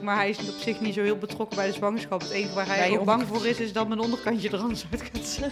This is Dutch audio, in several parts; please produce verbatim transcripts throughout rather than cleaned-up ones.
maar hij is op zich niet zo heel betrokken bij de zwangerschap. Het enige waar hij Bij je ook bang onder- voor is, is dat mijn onderkantje er anders uit gaat zien.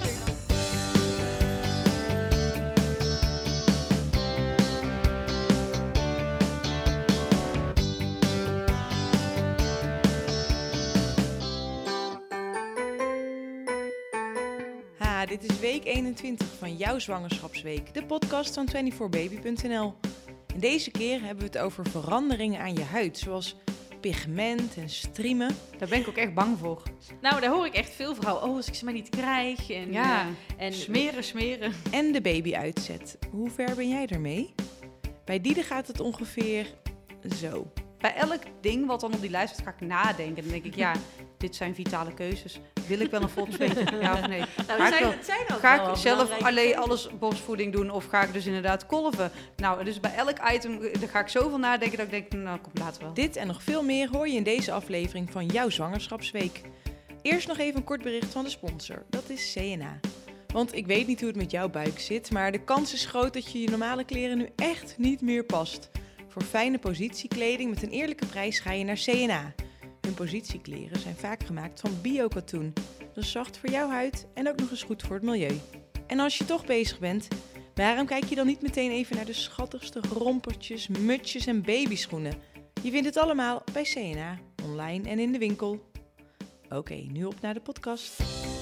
Ha, dit is week eenentwintig van jouw zwangerschapsweek, de podcast van vierentwintig baby punt n l. En deze keer hebben we het over veranderingen aan je huid, zoals pigment en striemen. Daar ben ik ook echt bang voor. Nou, daar hoor ik echt veel vrouwen. Oh, als ik ze maar niet krijg. En, Ja, eh, en smeren, smeren. En de baby-uitzet. Hoe ver ben jij ermee? Bij Diede gaat het ongeveer zo. Bij elk ding wat dan op die lijst staat, ga ik nadenken. Dan denk ik, ja, dit zijn vitale keuzes. Wil ik wel een volksbeentje? Ja of nee? Nou, Ga het ik zijn, wel- het zijn ook Ga wel ik zelf belangrijke alleen keuzes. alles borstvoeding doen of ga ik dus inderdaad kolven? Nou, dus bij elk item eh, daar ga ik zoveel nadenken dat ik denk, nou, komt later wel. Dit en nog veel meer hoor je in deze aflevering van jouw zwangerschapsweek. Eerst nog even een kort bericht van de sponsor. Dat is C N A. Want ik weet niet hoe het met jouw buik zit, maar de kans is groot dat je je normale kleren nu echt niet meer past. Voor fijne positiekleding met een eerlijke prijs ga je naar C N A. Hun positiekleren zijn vaak gemaakt van bio-katoen. Dat is zacht voor jouw huid en ook nog eens goed voor het milieu. En als je toch bezig bent, waarom kijk je dan niet meteen even naar de schattigste rompertjes, mutsjes en babyschoenen? Je vindt het allemaal bij C N A, online en in de winkel. Oké, nu op naar de podcast.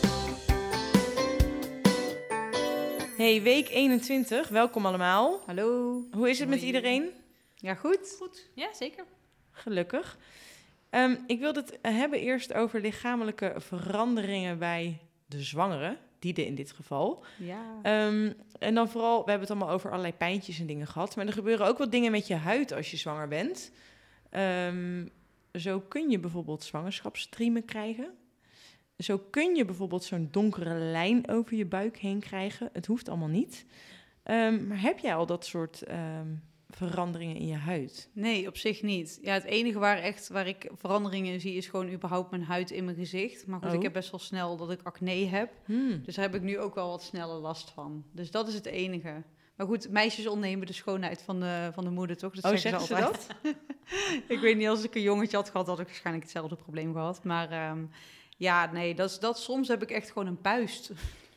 Hey, week eenentwintig, welkom allemaal. Hallo. Hoe is het met Hoi. iedereen? Ja, goed. Goed, ja, zeker. Gelukkig. Ehm, ik wilde het hebben eerst over lichamelijke veranderingen bij de zwangere, Diede in dit geval. Ja. Ehm, en dan vooral, we hebben het allemaal over allerlei pijntjes en dingen gehad, maar er gebeuren ook wat dingen met je huid als je zwanger bent. Ehm, zo kun je bijvoorbeeld zwangerschapsstriemen krijgen. Zo kun je bijvoorbeeld zo'n donkere lijn over je buik heen krijgen. Het hoeft allemaal niet. Ehm, maar heb jij al dat soort ehm, veranderingen in je huid? Nee, op zich niet. Ja, het enige waar, echt, waar ik veranderingen in zie is gewoon überhaupt mijn huid in mijn gezicht. Maar goed, Oh. ik heb best wel snel dat ik acne heb. Hmm. Dus daar heb ik nu ook wel wat sneller last van. Dus dat is het enige. Maar goed, meisjes ontnemen de schoonheid van de, van de moeder, toch? Dat Oh, zeggen ze zeggen ze altijd. Ik weet niet, als ik een jongetje had gehad, had ik waarschijnlijk hetzelfde probleem gehad. Maar ehm, ja, nee, dat is, dat, soms heb ik echt gewoon een puist.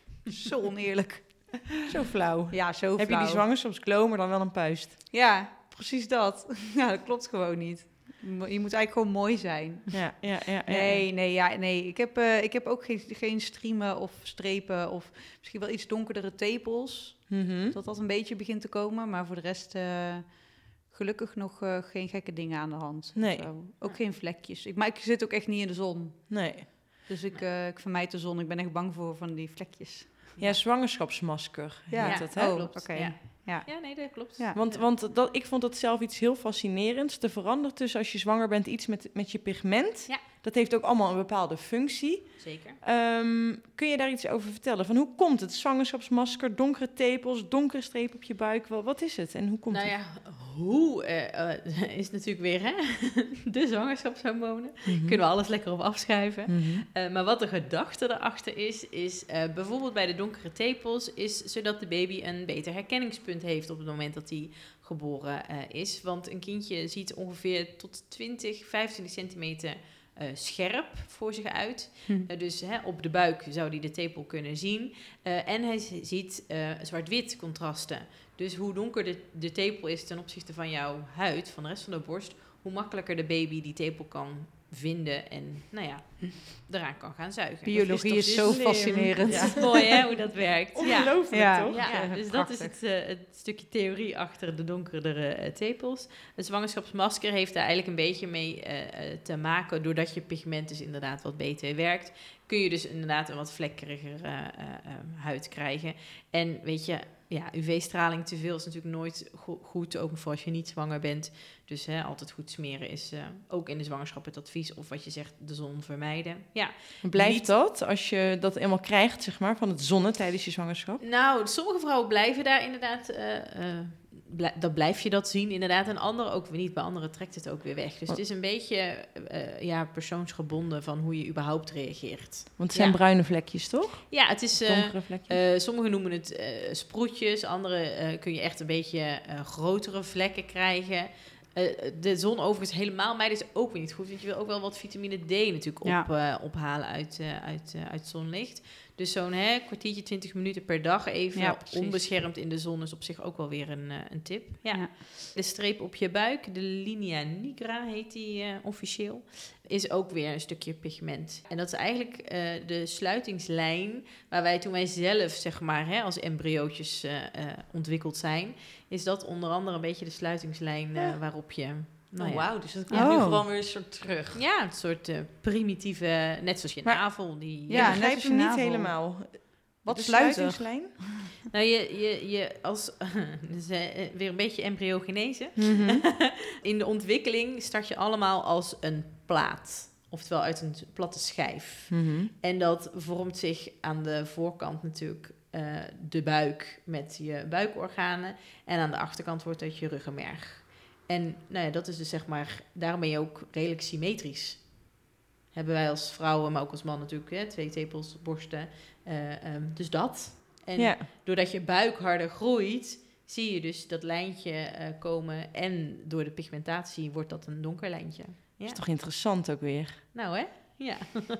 Zo oneerlijk. Zo flauw. Ja, zo Heb je flauw. die zwangerschapskloon, maar dan wel een puist? Ja, precies dat. Ja, dat klopt gewoon niet. Je moet eigenlijk gewoon mooi zijn. Ja, ja, ja. ja. Nee, nee, ja, nee. Ik heb, eh, ik heb ook geen, geen striemen of strepen of misschien wel iets donkerdere tepels. Mhm. Dat dat een beetje begint te komen. Maar voor de rest eh, gelukkig nog eh, geen gekke dingen aan de hand. Nee. Zo. Ook geen vlekjes. Ik, maar ik zit ook echt niet in de zon. Nee. Dus ik, eh, ik vermijd de zon. Ik ben echt bang voor van die vlekjes. Ja, zwangerschapsmasker Ja. heet Ja. dat, hè? Oh, klopt. oké. Ja. Ja. Ja, nee, dat klopt. Ja. Want, want dat, ik vond dat zelf iets heel fascinerends. Er verandert dus als je zwanger bent iets met, met je pigment. Ja. Dat heeft ook allemaal een bepaalde functie. Zeker. Ehm, kun je daar iets over vertellen? Van hoe komt het? Zwangerschapsmasker, donkere tepels, donkere streep op je buik. Wel, wat is het en hoe komt Nou het? ja, hoe eh, eh, is natuurlijk weer hè? de zwangerschapshormonen. Mhm. Kunnen we alles lekker op afschrijven. Mhm. Eh, maar wat de gedachte erachter is, is eh, bijvoorbeeld bij de donkere tepels, is zodat de baby een beter herkenningspunt heeft op het moment dat hij geboren eh, is. Want een kindje ziet ongeveer tot twintig, vijfentwintig centimeter eh, scherp voor zich uit. Hm. Uh, dus hè, op de buik zou hij de tepel kunnen zien. Uh, en hij z- ziet uh, zwart-wit contrasten. Dus hoe donker de, de tepel is ten opzichte van jouw huid, van de rest van de borst, hoe makkelijker de baby die tepel kan vinden en nou ja, eraan kan gaan zuigen. Biologie toch is zo slim? fascinerend. Ja, het is mooi hè, hoe dat werkt. Ja. Ongelooflijk, Ja. toch? Ja, Ja, dus dat is prachtig. het, uh, het stukje theorie achter de donkerdere uh, tepels. Een zwangerschapsmasker heeft daar eigenlijk een beetje mee uh, uh, te maken. Doordat je pigment dus inderdaad wat beter werkt, kun je dus inderdaad een wat vlekkeriger uh, uh, uh, huid krijgen. En weet je, ja, U V-straling te veel is natuurlijk nooit go- goed, ook voor als je niet zwanger bent. Dus hè, altijd goed smeren is uh, ook in de zwangerschap het advies. Of wat je zegt, de zon vermijden. Ja, Blijft Niet- dat als je dat eenmaal krijgt, zeg maar, van het zonnen tijdens je zwangerschap? nou, sommige vrouwen blijven daar inderdaad, uh, uh, bl- dan blijf je dat zien inderdaad. En anderen ook weer niet, bij anderen trekt het ook weer weg. Dus het is een beetje uh, ja, persoonsgebonden van hoe je überhaupt reageert. Want het zijn Ja. bruine vlekjes, toch? Ja, het is... Uh, Donkere vlekjes. Uh, sommigen noemen het uh, sproetjes, andere uh, kun je echt een beetje uh, grotere vlekken krijgen. Uh, de zon overigens helemaal mijden is ook weer niet goed. Want je wil ook wel wat vitamine D natuurlijk op, Ja. uh, ophalen uit, uh, uit, uh, uit zonlicht. Dus zo'n hè, kwartiertje, twintig minuten per dag even Ja, onbeschermd in de zon is op zich ook wel weer een, uh, een tip. Ja. Ja. De streep op je buik, de linea nigra heet die uh, officieel, is ook weer een stukje pigment. En dat is eigenlijk uh, de sluitingslijn waar wij toen wij zelf zeg maar hè, als embryootjes uh, uh, ontwikkeld zijn, is dat onder andere een beetje de sluitingslijn uh, ja. waarop je... Nou oh, ja. wauw, dus dat komt oh. nu gewoon weer een soort terug. Ja, een soort uh, primitieve, net zoals je maar, navel. Die, ja, ja, ik begrijp net hem niet navel. helemaal. Wat de de sluitingslijn? Nou, je, je, je als... dus, uh, weer een beetje embryogenese. Mm-hmm. In de ontwikkeling start je allemaal als een plaat. Oftewel uit een platte schijf. Mm-hmm. En dat vormt zich aan de voorkant natuurlijk uh, de buik met je buikorganen. En aan de achterkant wordt dat je ruggenmerg. En nou ja, dat is dus zeg maar... Daarom ben je ook redelijk symmetrisch. Hebben wij als vrouwen, maar ook als man natuurlijk... Hè, twee tepels, borsten. Uh, um, dus dat. En Ja. doordat je buik harder groeit... zie je dus dat lijntje uh, komen. En door de pigmentatie wordt dat een donker lijntje. Ja. Dat is toch interessant ook weer. Nou hè? Ja.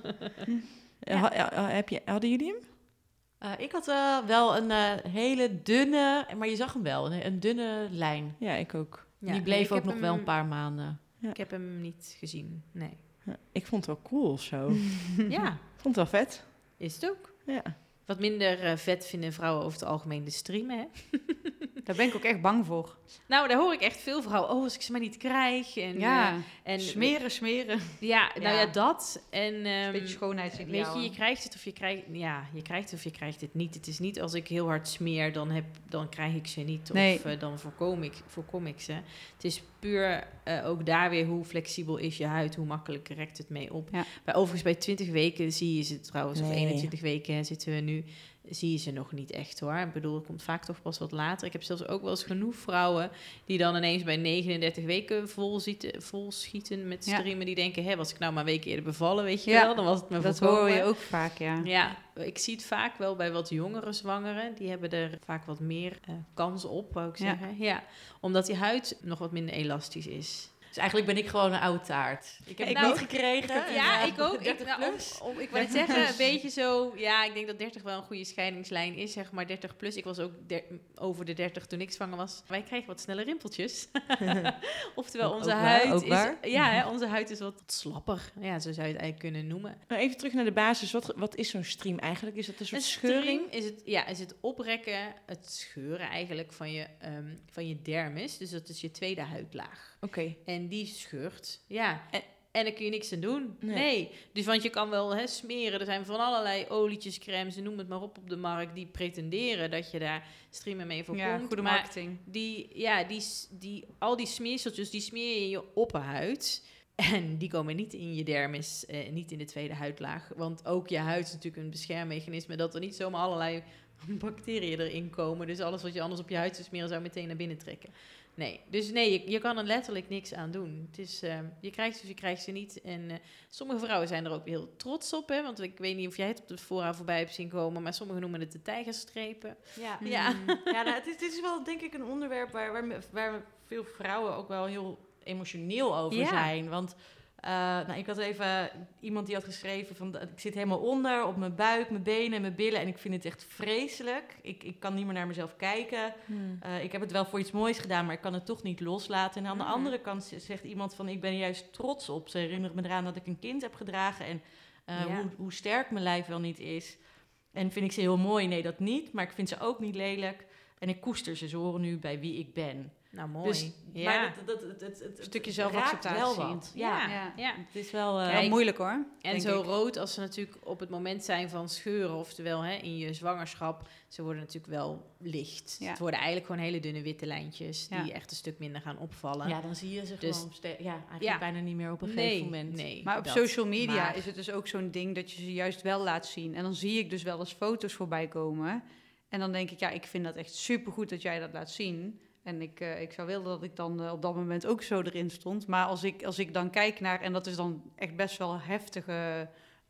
Ja. Ha, ha, heb je, hadden jullie hem? Uh, ik had uh, wel een uh, hele dunne... Maar je zag hem wel, een, een dunne lijn. Ja, ik ook. Ja, Die bleef nee, ook nog hem, wel een paar maanden. Ja. Ik heb hem niet gezien, nee. Ja, ik vond het wel cool of zo. Ja, Ik vond het wel vet. is het ook. Ja. Wat minder uh, vet vinden vrouwen over het algemeen de streamen, hè? Daar ben ik ook echt bang voor. Nou, daar hoor ik echt veel vrouwen. Oh, als ik ze maar niet krijg. En, Ja, uh, en smeren, smeren. Ja, nou ja, Ja. dat. En, um, Een beetje schoonheidsideaal. weet je, je krijgt het of je krijgt... Ja, je krijgt het of je krijgt het niet. Het is niet als ik heel hard smeer, dan, heb, dan krijg ik ze niet. Nee. Of uh, dan voorkom ik, voorkom ik ze. Het is puur uh, ook daar weer hoe flexibel is je huid. Hoe makkelijk rekt het mee op. Ja. Bij, overigens bij twintig weken zie je ze trouwens. Nee. Of eenentwintig weken hè, zitten we nu. Zie je ze nog niet echt hoor. Ik bedoel, het komt vaak toch pas wat later. Ik heb zelfs ook wel eens genoeg vrouwen die dan ineens bij negenendertig weken vol, zieten, vol schieten met Ja. streamen. Die denken, hé, was ik nou maar een week eerder bevallen, weet je Ja, wel? Dan was het me Dat voorkomen. hoor je ook vaak, ja. Ja, ik zie het vaak wel bij wat jongere zwangeren. Die hebben er vaak wat meer uh, kans op, wou ik Ja. zeggen. Ja, omdat die huid nog wat minder elastisch is. Dus eigenlijk ben ik gewoon een oude taart. Ik heb Ik het nou, niet gekregen. Ik heb- ja, En, ik uh, ook. Ik, dertig nou, om, plus. om, ik wou net zeggen, een beetje zo... Ja, ik denk dat dertig wel een goede scheidingslijn is, zeg maar dertig plus. Ik was ook der, over de dertig toen ik zwanger was. Wij krijgen wat snelle rimpeltjes. Oftewel, onze Ook waar, huid ook is... waar. Ja, hè, onze huid is wat slapper. Ja, zo zou je het eigenlijk kunnen noemen. Maar even terug naar de basis. Wat, wat is zo'n stream eigenlijk? Is dat een soort Een scheuring? stream is het, ja, is het oprekken, het scheuren eigenlijk van je, um, van je dermis. Dus dat is je tweede huidlaag. Oké. En die scheurt. Ja. En, en daar kun je niks aan doen. Nee. Nee. Dus want je kan wel hè, smeren. Er zijn van allerlei olietjes, crèmes, noem het maar op op de markt. Die pretenderen dat je daar streamen mee voorkomt. Ja, goede maar marketing. die, ja, die, die, al die smeerseltjes, die smeer je in je opperhuid. En die komen niet in je dermis, eh, niet in de tweede huidlaag. Want ook je huid is natuurlijk een beschermmechanisme... dat er niet zomaar allerlei bacteriën erin komen. Dus alles wat je anders op je huid zou smeren... zou meteen naar binnen trekken. Nee, dus nee, je, je kan er letterlijk niks aan doen. Het is, uh, je krijgt ze of je krijgt ze niet. En uh, sommige vrouwen zijn er ook heel trots op. Hè? Want ik weet niet of jij het op de fora voorbij hebt zien komen... maar sommigen noemen het de tijgerstrepen. Ja, Ja. ja nou, het, is, het is wel denk ik een onderwerp... waar, waar, waar veel vrouwen ook wel heel emotioneel over Ja. zijn. Want uh, nou, ik had even iemand die had geschreven... van ik zit helemaal onder op mijn buik, mijn benen en mijn billen... en ik vind het echt vreselijk. Ik, ik kan niet meer naar mezelf kijken... Hmm. Uh, ik heb het wel voor iets moois gedaan, maar ik kan het toch niet loslaten. En aan de Mm. andere kant zegt iemand van... ik ben er juist trots op. Ze herinnert me eraan dat ik een kind heb gedragen... en uh, Ja. hoe, hoe sterk mijn lijf wel niet is. En vind ik ze heel mooi? Nee, dat niet. Maar ik vind ze ook niet lelijk. En ik koester ze. Ze horen nu bij wie ik ben. Nou, mooi. Dus, ja. Maar dat, dat, het, het, het, Een stukje het zelfacceptatie. raakt wel wat. Ja, ja, Ja. ja. het is wel... Uh, Kijk, Wel moeilijk hoor. En denk zo ik. rood als ze natuurlijk op het moment zijn van scheuren... oftewel hè, in je zwangerschap... ze worden natuurlijk wel licht. Ja. Het worden eigenlijk gewoon hele dunne witte lijntjes... die Ja. echt een stuk minder gaan opvallen. ja, dan zie je ze Dus- gewoon... ste- ja, eigenlijk Ja. bijna niet meer op een nee, gegeven moment. nee. Maar op dat. social media Maar- is het dus ook zo'n ding dat je ze juist wel laat zien. En dan zie ik dus wel eens foto's voorbij komen. En dan denk ik, ja, ik vind dat echt supergoed dat jij dat laat zien. En ik, uh, ik zou willen dat ik dan uh, op dat moment ook zo erin stond. Maar als ik, als ik dan kijk naar, en dat is dan echt best wel heftige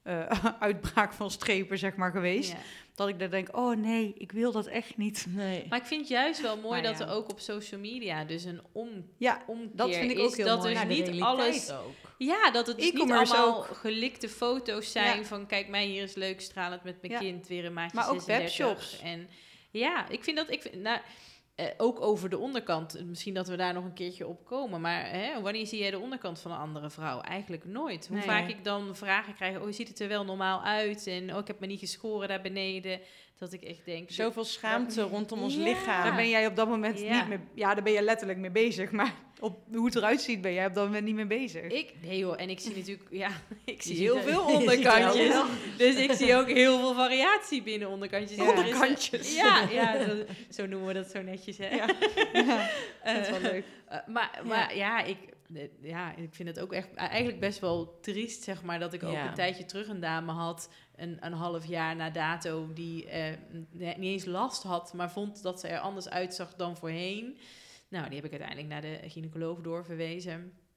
uh, uitbraak van strepen, zeg maar, geweest. Ja. Dat ik dan denk, oh nee, ik wil dat echt niet. Nee. Maar ik vind het juist wel mooi Maar dat ja. er ook op social media dus een om, Ja, omkeer dat vind ik is. ook heel dat mooi. dus Ja, de niet realiteit alles... ook. Ja, dat het dus niet E-commerce allemaal ook. gelikte foto's zijn Ja. van... kijk, mij hier is leuk, stralend met mijn Ja. kind, weer een maatje Maar ook zesendertig. webshops. En ja, ik vind dat... Ik vind, nou, eh, ook over de onderkant, misschien dat we daar nog een keertje op komen. Maar hè, wanneer zie jij de onderkant van een andere vrouw? Eigenlijk nooit. Hoe Nee. vaak ik dan vragen krijg... oh, ziet het er wel normaal uit? En oh, ik heb me niet geschoren daar beneden. Dat ik echt denk... Zoveel schaamte rondom ons Ja. lichaam. Daar ben jij op dat moment Ja. niet mee... Ja, daar ben je letterlijk mee bezig. Maar op hoe het eruit ziet, ben jij op dat moment niet mee bezig. Ik, nee joh, en ik zie natuurlijk, ja, ik zie ziet heel er- veel je ziet er onderkantjes. wel. Dus ik zie ook heel veel variatie binnen onderkantjes. Ja. Er is een- Onderkantjes. Ja, ja zo, zo noemen we dat zo netjes, hè. Ja. Ja, dat is wel leuk. Uh, maar maar ja. ik, eh, ja, ik vind het ook echt eigenlijk best wel triest, zeg maar, dat ik ook Ja. een tijdje terug een dame had, een, een half jaar na dato, die eh, niet eens last had, maar vond dat ze er anders uitzag dan voorheen. Nou, die heb ik uiteindelijk naar de gynaecoloog doorverwezen.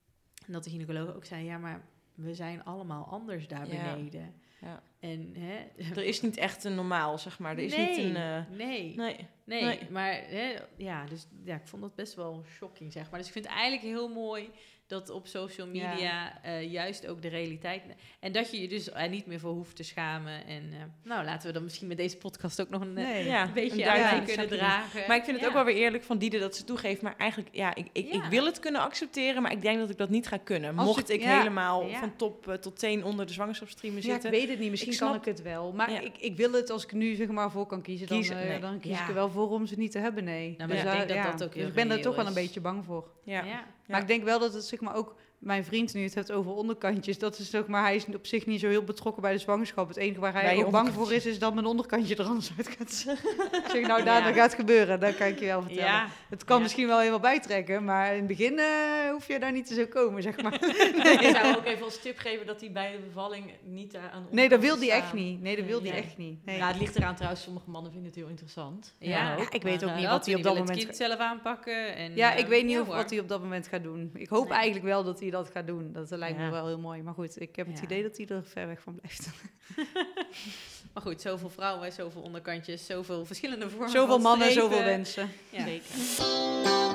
En dat de gynaecoloog ook zei, ja, maar we zijn allemaal anders daar Ja. beneden. Ja. En, hè, Er is niet echt een normaal, zeg maar. Er is nee, niet een... eh, nee, nee. nee, nee. maar hè, ja, dus ja, ik vond dat best wel shocking, zeg maar. Dus ik vind het eigenlijk heel mooi dat op social media Ja. eh, juist ook de realiteit... En dat je je dus er niet meer voor hoeft te schamen. En eh, nou, laten we dan misschien met deze podcast ook nog een, eh, Nee. Ja, een beetje een aan duim bij in kunnen het zakje dragen. Maar ik vind het Ja. ook wel weer eerlijk van Diede dat ze toegeeft. Maar eigenlijk, ja, ik, ik, Ja. ik wil het kunnen accepteren, maar ik denk dat ik dat niet ga kunnen. Als Mocht het- ik ja. helemaal Ja. van top eh, tot teen onder de zwangerschapsstreamen Ja, ik zitten. weet het niet. Misschien Ik kan snap- ik het wel. Maar Ja. ik, ik wil het, als ik nu zeg maar voor kan kiezen, dan, Kiezen, eh, nee. dan kies Ja. ik er wel voor om ze niet te hebben, nee. maar ik daar- denk dat dat ook dus heel ik ben er reëel toch wel een is. beetje bang voor. Ja. Ja. Maar ik denk wel dat het zeg maar ook mijn vriend nu het heeft over onderkantjes. Dat is zeg maar, hij is op zich niet zo heel betrokken bij de zwangerschap. Het enige waar Bij hij je ook bang onderkantje. voor is, is dat mijn onderkantje er anders uit gaat. Ik zeg nou, daar Ja. dat gaat gebeuren. Dat kan ik je wel vertellen. Ja. Het kan Ja. misschien wel helemaal bijtrekken, maar in het begin eh, hoef je daar niet te zo komen, zeg maar. Ik zou ook even als tip geven dat hij bij de bevalling niet daar aan de Nee, dat onderkant wil hij staan. echt niet. Nee, dat wil hij Nee. echt niet. Nee. Ja, het ligt eraan trouwens. Sommige mannen vinden het heel interessant. Ja, ook, ik weet maar, ook eh, niet wat hij op dat wil moment het kind zelf aanpakken. En, Ja, eh, ik weet niet ja, of, hoor. wat hij op dat moment gaat doen. Ik hoop Nee. eigenlijk wel dat hij dat gaat doen. Dat lijkt me Ja. wel heel mooi. Maar goed, ik heb het Ja. idee dat hij er ver weg van blijft. Maar goed, zoveel vrouwen, zoveel onderkantjes, zoveel verschillende vormen Zoveel van mannen, strepen. zoveel wensen. Ja. Zeker.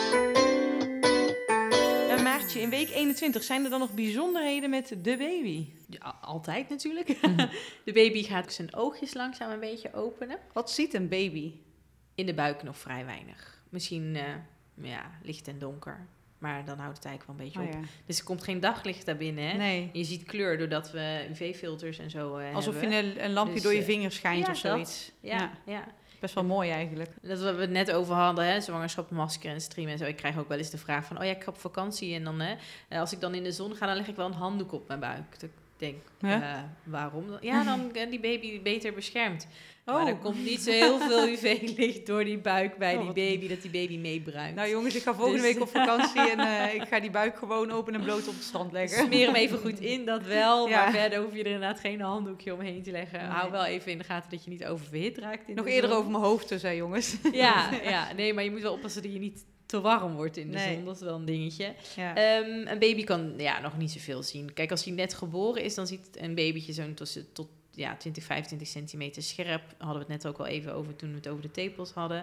En Maartje, in week eenentwintig zijn er dan nog bijzonderheden met de baby? Ja, altijd natuurlijk. De baby gaat zijn oogjes langzaam een beetje openen. Wat ziet een baby? In de buik nog vrij weinig. Misschien eh, ja, licht en donker. Maar dan houdt het eigenlijk wel een beetje Oh, op. ja. Dus er komt geen daglicht daar binnen. Hè? Nee. Je ziet kleur doordat we U V-filters en zo eh Alsof hebben. je een, een lampje Dus, door je eh, vingers schijnt ja, of dat. zoiets. Ja, Ja. ja. Best wel mooi eigenlijk. Dat wat we het net over hadden, hè, zwangerschap, masker en stream en zo. Ik krijg ook wel eens de vraag van, oh ja, ik ga op vakantie. En dan, hè, als ik dan in de zon ga, dan leg ik wel een handdoek op mijn buik. Dat ik denk, Ja? eh, waarom? dan? Ja, dan kan die baby beter beschermd. Oh. Maar er komt niet zo heel veel U V-licht door die buik bij Oh, die wat- baby, dat die baby meebruikt. Nou jongens, ik ga volgende Dus- week op vakantie en eh, ik ga die buik gewoon open en bloot op het strand leggen. Smeer hem even goed in, dat wel. Ja. Maar verder hoef je er inderdaad geen handdoekje omheen te leggen. Nee. Hou wel even in de gaten dat je niet oververhit raakt. In Nog de eerder zon. over mijn hoofd te zijn, jongens. Ja, ja, nee, maar je moet wel oppassen dat je niet te warm wordt in de Nee. zon. Dat is wel een dingetje. Ja. Ehm, een baby kan ja, nog niet zoveel zien. Kijk, als hij net geboren is, dan ziet een babytje zo'n tussen tot ja, twintig, vijfentwintig centimeter scherp. Hadden we het net ook al even over toen we het over de tepels hadden.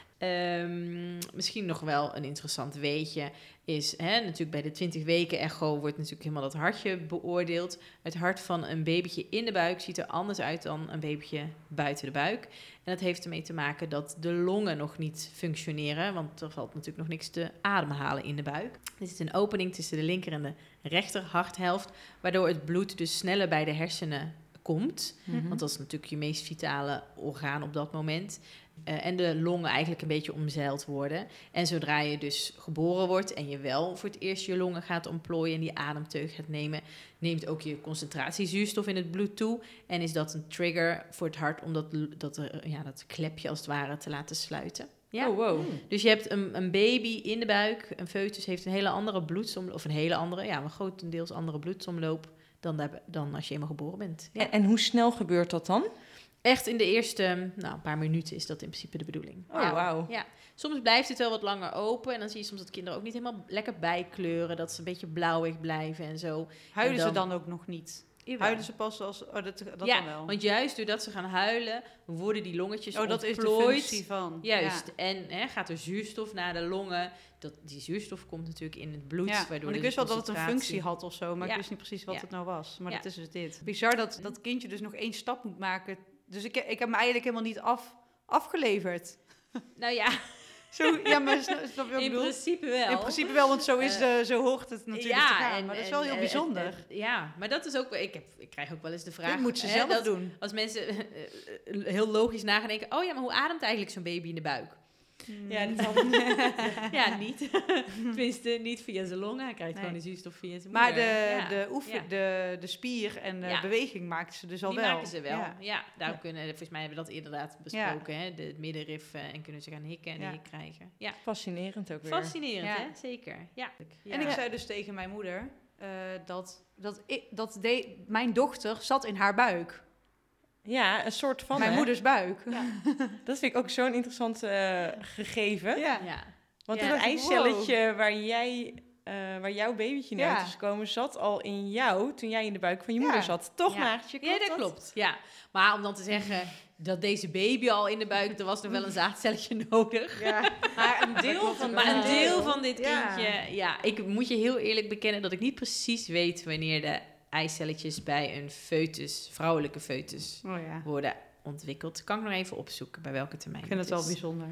Ehm, misschien nog wel een interessant weetje is, hè, natuurlijk bij de twintig weken echo wordt natuurlijk helemaal dat hartje beoordeeld. Het hart van een babytje in de buik ziet er anders uit dan een babytje buiten de buik. En dat heeft ermee te maken dat de longen nog niet functioneren, want er valt natuurlijk nog niks te ademhalen in de buik. Er zit een opening tussen de linker en de rechter harthelft, waardoor het bloed dus sneller bij de hersenen komt. Mhm. Want dat is natuurlijk je meest vitale orgaan op dat moment. Uh, en de longen eigenlijk een beetje omzeild worden. En zodra je dus geboren wordt en je wel voor het eerst je longen gaat ontplooien en die ademteug gaat nemen, neemt ook je concentratie zuurstof in het bloed toe. En is dat een trigger voor het hart om dat, dat, ja, dat klepje als het ware te laten sluiten. Ja. Oh, wow. Dus je hebt een, een baby in de buik, een foetus heeft een hele andere bloedsomloop, of een hele andere, ja, een grotendeels andere bloedsomloop dan, daar, dan als je eenmaal geboren bent. Ja. En, en hoe snel gebeurt dat dan? Echt in de eerste nou, een paar minuten is dat in principe de bedoeling. Oh, ja. wauw. Ja. Soms blijft het wel wat langer open. En dan zie je soms dat kinderen ook niet helemaal lekker bijkleuren. Dat ze een beetje blauwig blijven en zo. Huilen En ze dan ook nog niet? Jawel. Huilen ze pas als... Oh, dat, dat ja, dan wel. want juist doordat ze gaan huilen, worden die longetjes Oh, dat is de ontplooid. functie van. Juist, Ja. en hè, gaat er zuurstof naar de longen. Dat, die zuurstof komt natuurlijk in het bloed. Ja, waardoor want ik de wist wel dat het een concentratie- functie had of zo, maar Ja. ik wist niet precies wat Ja. het nou was. Maar Ja. dat is dus dit. Bizar dat dat kindje dus nog één stap moet maken. Dus ik, ik heb me eigenlijk helemaal niet af, afgeleverd. Nou ja, Zo, ja, maar snap, snap je wat ik in bedoel? principe wel. In principe wel, want zo, is de, zo hoort het natuurlijk ja, te gaan. en- Maar dat is en- wel heel en- bijzonder. en- en- ja, maar dat is ook... wel- Ik, heb, ik krijg ook wel eens de vraag... Dit moet ze hè, zelf dat doen. Als mensen eh, eh, heel logisch na gaan denken... Oh ja, maar hoe ademt eigenlijk zo'n baby in de buik? Ja, Mm. dat valt- Ja, niet. Tenminste, niet via zijn longen. Hij krijgt Nee. gewoon de zuurstof via zijn Maar moeder. de, Ja. de, oefen, Ja. de, de spier en de Ja. beweging maakten ze dus al Die wel. maken ze wel. Ja, Ja. daarom Ja. kunnen... Volgens mij hebben we dat inderdaad besproken. Hè? De het middenrif eh, en kunnen ze gaan hikken en Ja. hik krijgen. Ja, Fascinerend ook weer. fascinerend Ja. hè? Zeker. Ja. En ik Ja. zei dus tegen mijn moeder eh, dat, dat, ik, dat de, mijn dochter zat in haar buik. Ja, een soort van. mijn hè? moeders buik. Dat vind ik ook zo'n interessant eh, gegeven. Ja. Ja. Want Ja. het eicelletje waar, jij, eh, waar jouw babytje naar Ja. is gekomen, zat al in jou toen jij in de buik van je moeder Ja. zat. Toch, Ja. Maartje? Ja, dat klopt. Ja. Maar om dan te zeggen dat deze baby al in de buik... Er was nog wel een zaadcelletje nodig. Ja. Maar een deel klopt van, ook maar wel. een deel van dit Ja. kindje... Ja, ik moet je heel eerlijk bekennen dat ik niet precies weet... wanneer de eicelletjes bij een foetus, vrouwelijke foetus, Oh ja. worden ontwikkeld. Kan ik nog even opzoeken bij welke termijn Ik vind het wel is. bijzonder.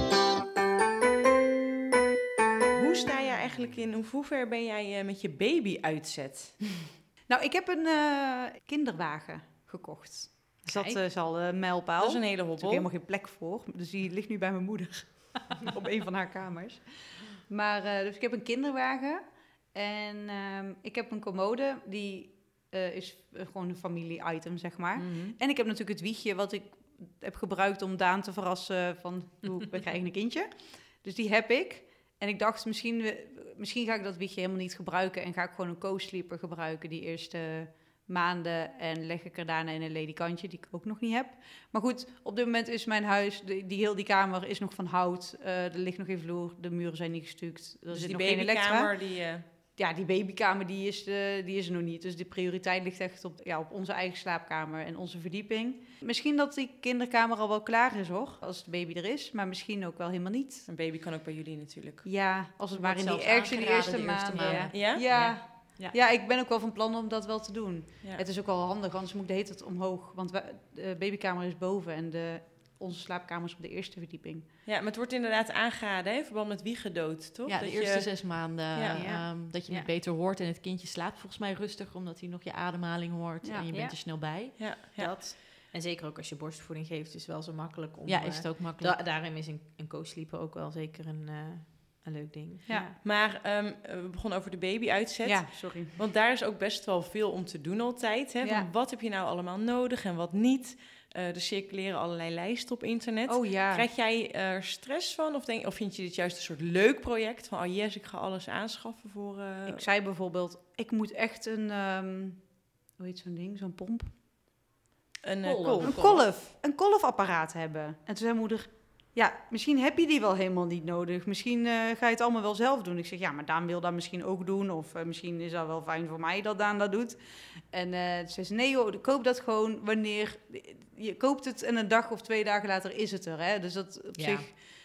Hoe sta je eigenlijk in, hoe ver ben jij eh, met je baby uitzet? Nou, ik heb een eh, kinderwagen gekocht. Dus dat Kijk. eh, is al een mijlpaal. Dat is een hele Er is ook hobbel. helemaal geen plek voor. Dus die ligt nu bij mijn moeder. Op een van haar kamers. Maar, eh, dus ik heb een kinderwagen. En ehm, ik heb een commode. Die eh, is eh, gewoon een familie-item, zeg maar. Mhm. En ik heb natuurlijk het wiegje wat ik heb gebruikt om Daan te verrassen van... Hoe, we krijgen een kindje. Dus die heb ik. En ik dacht, misschien, we- misschien ga ik dat wiegje helemaal niet gebruiken... en ga ik gewoon een co-sleeper gebruiken die eerste maanden... en leg ik er daarna in een ledikantje, die ik ook nog niet heb. Maar goed, op dit moment is mijn huis... Die, die heel die kamer is nog van hout. Eh, er ligt nog geen vloer, de muren zijn niet gestuukt. Er Dus zit die nog geen elektra. babykamer, die... eh, Ja, die babykamer die is, eh, die is er nog niet. Dus de prioriteit ligt echt op, ja, op onze eigen slaapkamer en onze verdieping. Misschien dat die kinderkamer al wel klaar is hoor, als de baby er is. Maar misschien ook wel helemaal niet. een baby kan ook bij jullie natuurlijk. Ja, als het maar in Wordt die zelfs ergste in die aangeraden eerste, de eerste maanden. maanden. Ja? Ja. Ja. Ja. Ja. ik ben ook wel van plan om dat wel te doen. Ja. Het is ook wel handig, anders moet ik de hele tijd omhoog. Want we- de babykamer is boven en de, onze slaapkamer is op de eerste verdieping. Ja, maar het wordt inderdaad aangeraden, hè, in verband met wiegedood, toch? Ja, de Dat eerste je- zes maanden. Ja. ehm, dat je Ja. het beter hoort en het kindje slaapt volgens mij rustiger, omdat hij nog je ademhaling hoort Ja. en je bent Ja. er snel bij. Ja, ja. Dat. En zeker ook als je borstvoeding geeft, is het wel zo makkelijk om... Ja, eh, is het ook makkelijk. da- daarin is een, een co-sleeper ook wel zeker een, eh, een leuk ding. Ja. Maar ehm, we begonnen over de baby-uitzet. Ja, sorry. Want daar is ook best wel veel om te doen altijd. Hè? Ja. Van wat heb je nou allemaal nodig en wat niet? Eh er circuleren allerlei lijsten op internet. Oh ja. Krijg jij er stress van? Of, denk, of vind je dit juist een soort leuk project? Van, oh yes, ik ga alles aanschaffen voor... eh, Ik zei bijvoorbeeld, ik moet echt een, ehm, hoe heet zo'n ding, zo'n pomp? een eh, kolf. kolf. Een kolf, een kolfapparaat hebben. En toen zei moeder, ja, misschien heb je die wel helemaal niet nodig. Misschien eh, ga je het allemaal wel zelf doen. Ik zeg, ja, maar Daan wil dat misschien ook doen. Of eh, misschien is dat wel fijn voor mij dat Daan dat doet. En eh toen zei ze, nee joh, koop dat gewoon wanneer... Je koopt het en een dag of twee dagen later is het er. Hè? Dus dat op Ja. zich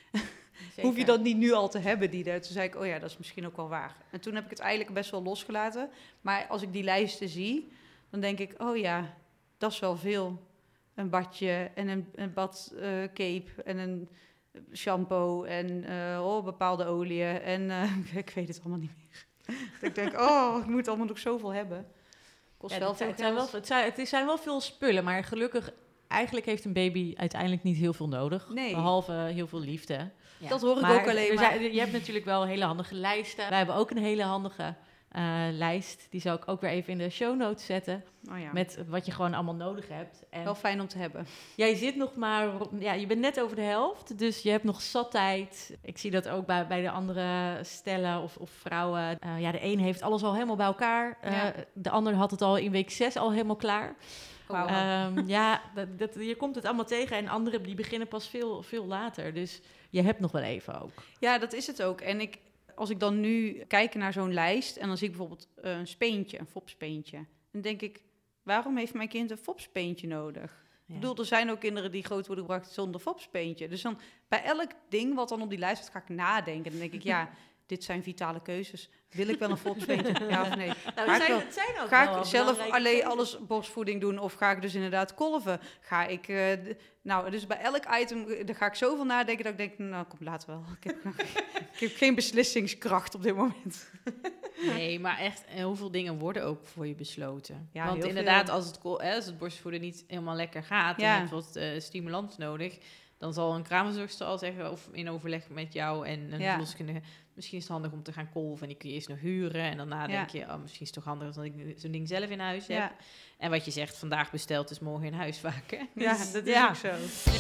hoef je dat niet nu al te hebben. Die, daar. Toen zei ik, oh ja, dat is misschien ook wel waar. En toen heb ik het eigenlijk best wel losgelaten. Maar als ik die lijsten zie, dan denk ik, oh ja, dat is wel veel. Een badje en een, een badcape en een shampoo en eh, oh, bepaalde oliën. En eh, ik weet het allemaal niet meer. Dat ik denk, oh, ik moet allemaal nog zoveel hebben. Kost Ja, wel het, veel zijn, het, zijn wel, geld. het, zijn, het zijn wel veel spullen, maar gelukkig, eigenlijk heeft een baby uiteindelijk niet heel veel nodig. Nee. Behalve heel veel liefde. Ja. Dat hoor ik Maar ook alleen er maar. zijn- je hebt natuurlijk wel hele handige lijsten. Wij hebben ook een hele handige eh, lijst. Die zal ik ook weer even in de show notes zetten. Oh ja. Met wat je gewoon allemaal nodig hebt. En Wel fijn om te hebben. jij zit nog maar... rond- Ja, je bent net over de helft. Dus je hebt nog zat tijd. Ik zie dat ook bij, bij de andere stellen of, of vrouwen. Eh, ja, de een heeft alles al helemaal bij elkaar. Eh, Ja. De ander had het al in week zes al helemaal klaar. Wauw. Ehm, ja, dat, dat, je komt het allemaal tegen. En anderen die beginnen pas veel, veel later. Dus je hebt nog wel even ook. Ja, dat is het ook. En ik, als ik dan nu kijk naar zo'n lijst en dan zie ik bijvoorbeeld eh, een speentje, een fopspeentje, dan denk ik, waarom heeft mijn kind een fopspeentje nodig? Ja. Ik bedoel, er zijn ook kinderen die groot worden gebracht zonder fopspeentje. Dus dan bij elk ding wat dan op die lijst staat, ga ik nadenken. Dan denk ik, ja, dit zijn vitale keuzes. Wil ik wel een fopspeentje? Ja of nee? Nou, Ga het ik zijn, wel- het zijn ook Ga wel ik zelf belangrijke alleen keuzes. alles borstvoeding doen of ga ik dus inderdaad kolven? Ga ik, eh, d- nou, dus bij elk item eh, daar ga ik zoveel nadenken dat ik denk, nou, kom later wel. Ik heb, ik heb geen beslissingskracht op dit moment. Nee, maar echt, eh, hoeveel dingen worden ook voor je besloten? Ja, Want heel inderdaad, veel. als het, ko- hè, als het borstvoeden niet helemaal lekker gaat en Ja. je hebt wat eh, stimulans nodig, dan zal een kraamverzorgster al zeggen, of in overleg met jou en een Ja. verloskundige, misschien is het handig om te gaan kolven en die kun je eerst nog huren. En daarna Ja. denk je, oh, misschien is het toch handig dat ik zo'n ding zelf in huis heb. Ja, En wat je zegt, vandaag besteld is morgen in huis vaak. Hè? ja, Dus, dat is ja. ook zo.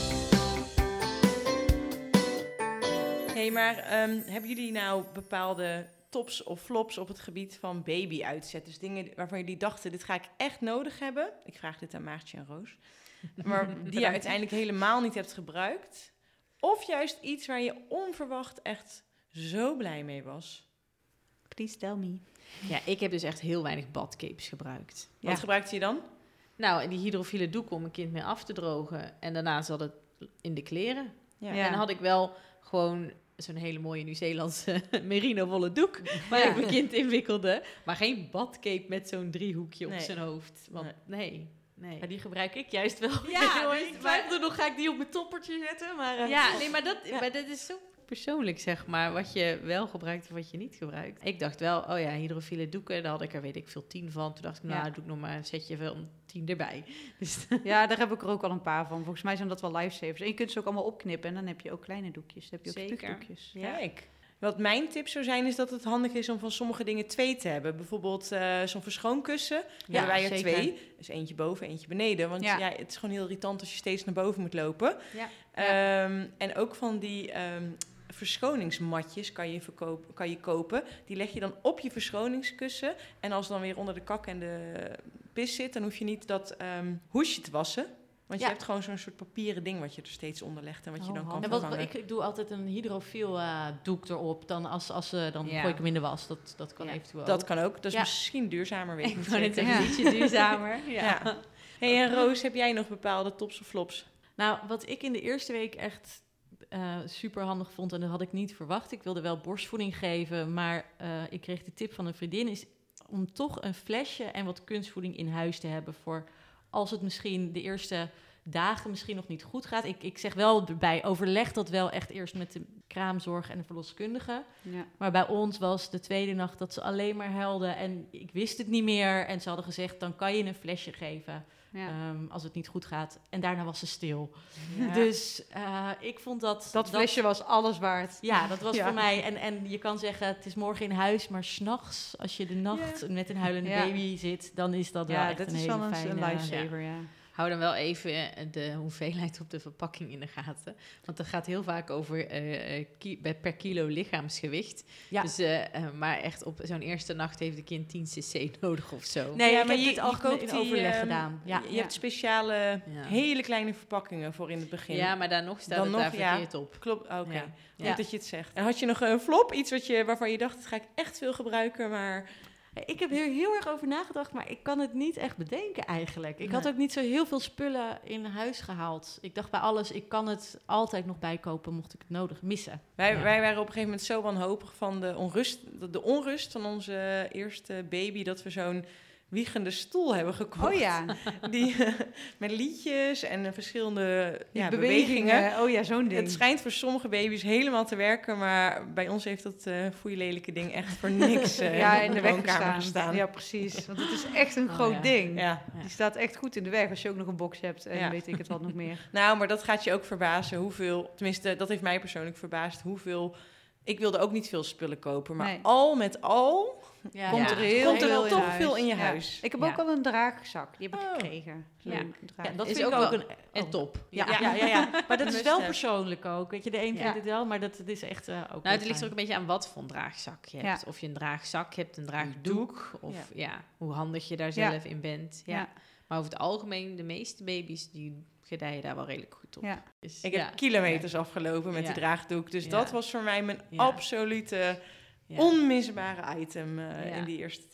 Hé, hey, maar ehm, hebben jullie nou bepaalde tops of flops op het gebied van baby-uitzet? Dus dingen waarvan jullie dachten, dit ga ik echt nodig hebben. Ik vraag dit aan Maartje en Roos. Maar die je uiteindelijk helemaal niet hebt gebruikt. Of juist iets waar je onverwacht echt zo blij mee was. Please tell me. Ja, ik heb dus echt heel weinig badcapes gebruikt. Wat Ja. gebruikte je dan? Nou, die hydrofiele doek om mijn kind mee af te drogen. En daarna zat het in de kleren. Ja. Ja. En dan had ik wel gewoon zo'n hele mooie Nieuw-Zeelandse merino wollen doek waar Ja. ik mijn kind in wikkelde. Maar geen badcape met zo'n driehoekje op Nee. zijn hoofd. Want nee, nee. Ja, die gebruik ik juist wel. Ja, Heel dus- erg. Ik twijfelde nog, ga ik die op mijn toppertje zetten? Maar, eh, Ja, nee, maar dat, Ja. maar dat is zo persoonlijk, zeg maar. Wat je wel gebruikt of wat je niet gebruikt. Ik dacht wel, oh ja, hydrofiele doeken, daar had ik er weet ik veel tien van. Toen dacht ik, nou, Ja. doe ik nog maar een setje van tien erbij. Dus Ja, daar heb ik er ook al een paar van. Volgens mij zijn dat wel lifesavers. En je kunt ze ook allemaal opknippen en dan heb je ook kleine doekjes. Dan heb je ook Zeker. spuugdoekjes. Ja. Kijk. Wat mijn tip zou zijn, is dat het handig is om van sommige dingen twee te hebben. Bijvoorbeeld eh, zo'n verschoonkussen. Ja, hebben wij er zeker. twee. Dus eentje boven, eentje beneden. Want Ja. ja. het is gewoon heel irritant als je steeds naar boven moet lopen. Ja. Ehm, en ook van die ehm, verschoningsmatjes kan je, verkopen, kan je kopen. Die leg je dan op je verschoningskussen. En als het dan weer onder de kak en de pis zit, dan hoef je niet dat ehm, hoesje te wassen. Want Ja. je hebt gewoon zo'n soort papieren ding wat je er steeds onder legt en wat je Oh, dan kan handig. En wat, vervangen. ik, ik doe altijd een hydrofiel eh, doek erop. Dan, als, als, eh, dan Ja. gooi ik hem in de was. Dat, dat kan Ja. eventueel Dat ook. kan ook. Dat is Ja. misschien duurzamer, weet ik Ik niet wou net zeker. zeggen, Ja. ietsje duurzamer. Ja. Ja. Hey, en Roos, heb jij nog bepaalde tops of flops? Nou, wat ik in de eerste week echt eh super handig vond, en dat had ik niet verwacht. Ik wilde wel borstvoeding geven, maar eh, ik kreeg de tip van een vriendin, is om toch een flesje en wat kunstvoeding in huis te hebben voor als het misschien de eerste dagen misschien nog niet goed gaat. Ik, ik zeg wel erbij, overleg dat wel echt eerst met de kraamzorg en de verloskundige. Ja. Maar bij ons was de tweede nacht dat ze alleen maar huilden en ik wist het niet meer. En ze hadden gezegd, dan kan je een flesje geven Ja. ehm, als het niet goed gaat. En daarna was ze stil. Ja. Dus eh, ik vond dat... Dat flesje was alles waard. Ja, dat was Ja. voor mij. En, en je kan zeggen, het is morgen in huis, maar s'nachts, als je de nacht met een huilende Ja. baby zit, dan is dat wel Ja, echt dat een is hele wel een, fijne... een lifesaver, ja. Hou dan wel even eh, de hoeveelheid op de verpakking in de gaten. Want dat gaat heel vaak over eh, eh, ki- bij- per kilo lichaamsgewicht. Ja. Dus, eh, eh, maar echt op zo'n eerste nacht heeft de kind tien cc nodig of zo. Nee, Ja, ik maar heb je- dit je al koopt in die, overleg ehm, gedaan. Ja. Je, je Ja. hebt speciale, Ja. hele kleine verpakkingen voor in het begin. Ja, maar daar nog staat Dan het nog, daar ja. verkeerd op. Klopt, oké. Ja. Goed Ja. dat je het zegt. En had je nog een flop? Iets wat je, waarvan je dacht, dat ga ik echt veel gebruiken, maar... Ik heb hier heel erg over nagedacht, maar ik kan het niet echt bedenken eigenlijk. Ik had Nee. ook niet zo heel veel spullen in huis gehaald. Ik dacht bij alles, ik kan het altijd nog bijkopen mocht ik het nodig missen. Wij, Ja. wij waren op een gegeven moment zo wanhopig van de onrust, de, de onrust van onze eerste baby, dat we zo'n wiegende stoel hebben gekocht. Oh ja, Die, eh, met liedjes en eh, verschillende die ja, bewegingen. bewegingen. Oh ja, zo'n ding. Het schijnt voor sommige baby's helemaal te werken, maar bij ons heeft dat uh, foeilelijke ding echt voor niks uh, ja, in in de de weg woonkamer gestaan. gestaan. Ja, precies. Want het is echt een Oh, groot ja. ding. Ja. Ja. Die staat echt goed in de weg als je ook nog een box hebt en Ja. weet ik het wat nog meer. Nou, maar dat gaat je ook verbazen hoeveel, tenminste, dat heeft mij persoonlijk verbaasd, hoeveel... Ik wilde ook niet veel spullen kopen, maar Nee. al met al Ja, Komt Ja. er heel komt er veel wel in toch huis. veel in je Ja. huis. Ik heb Ja. ook al een draagzak. Die heb ik Oh. gekregen. Ja. Leuk, een draag- Ja, dat Is vind ik ook ook wel een... En oh. top. Ja, Ja. ja. Ja, ja, maar dat is Must wel have. persoonlijk ook. Weet je, de een Ja. vindt het wel, maar dat het is echt uh, ook Nou, wel het ligt er fijn. ook een beetje aan wat voor een draagzak je hebt. Ja. Of je een draagzak hebt, een draagdoek. Of Ja. ja. hoe handig je daar Ja. zelf in bent. Ja. Ja. Maar over het algemeen, de meeste baby's, die gedijen daar wel redelijk goed op. Ja. Dus, Ik ja. heb kilometers afgelopen met Ja. die draagdoek. Dus Ja. dat was voor mij mijn Ja. absolute Ja. onmisbare item uh, Ja. in die eerste tijd.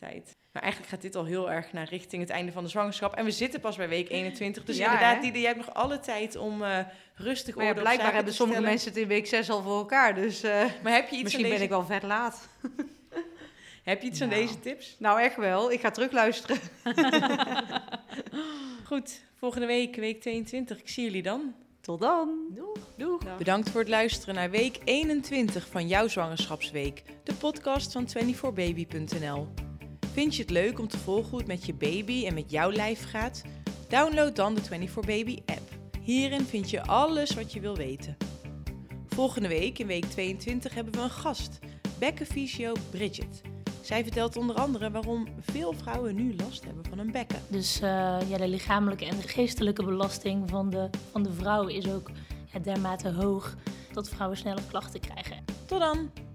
Maar eigenlijk gaat dit al heel erg naar richting het einde van de zwangerschap. En we zitten pas bij week eenentwintig. Dus Ja, inderdaad, hè? Diede, jij hebt nog alle tijd om uh, rustig Maar ja, orde op blijkbaar zaken hebben te sommige stellen. mensen het in week zes al voor elkaar. Dus uh, Maar heb je iets misschien aan ben deze... ik wel vet laat. Heb je iets Nou. aan deze tips? Nou, echt wel. Ik ga terugluisteren. Goed, volgende week, week tweeëntwintig. Ik zie jullie dan. Tot dan. Doeg. Doeg. Dag. Bedankt voor het luisteren naar week eenentwintig van jouw zwangerschapsweek. De podcast van twenty-four baby punt n l. Vind je het leuk om te volgen hoe het met je baby en met jouw lijf gaat? Download dan de twenty-four baby app. Hierin vind je alles wat je wil weten. Volgende week, in week tweeëntwintig, hebben we een gast. Bekkenfysio Bridget. Zij vertelt onder andere waarom veel vrouwen nu last hebben van een bekken. Dus uh, ja, de lichamelijke en de geestelijke belasting van de, van de vrouw is ook ja, dermate hoog dat vrouwen sneller klachten krijgen. Tot dan!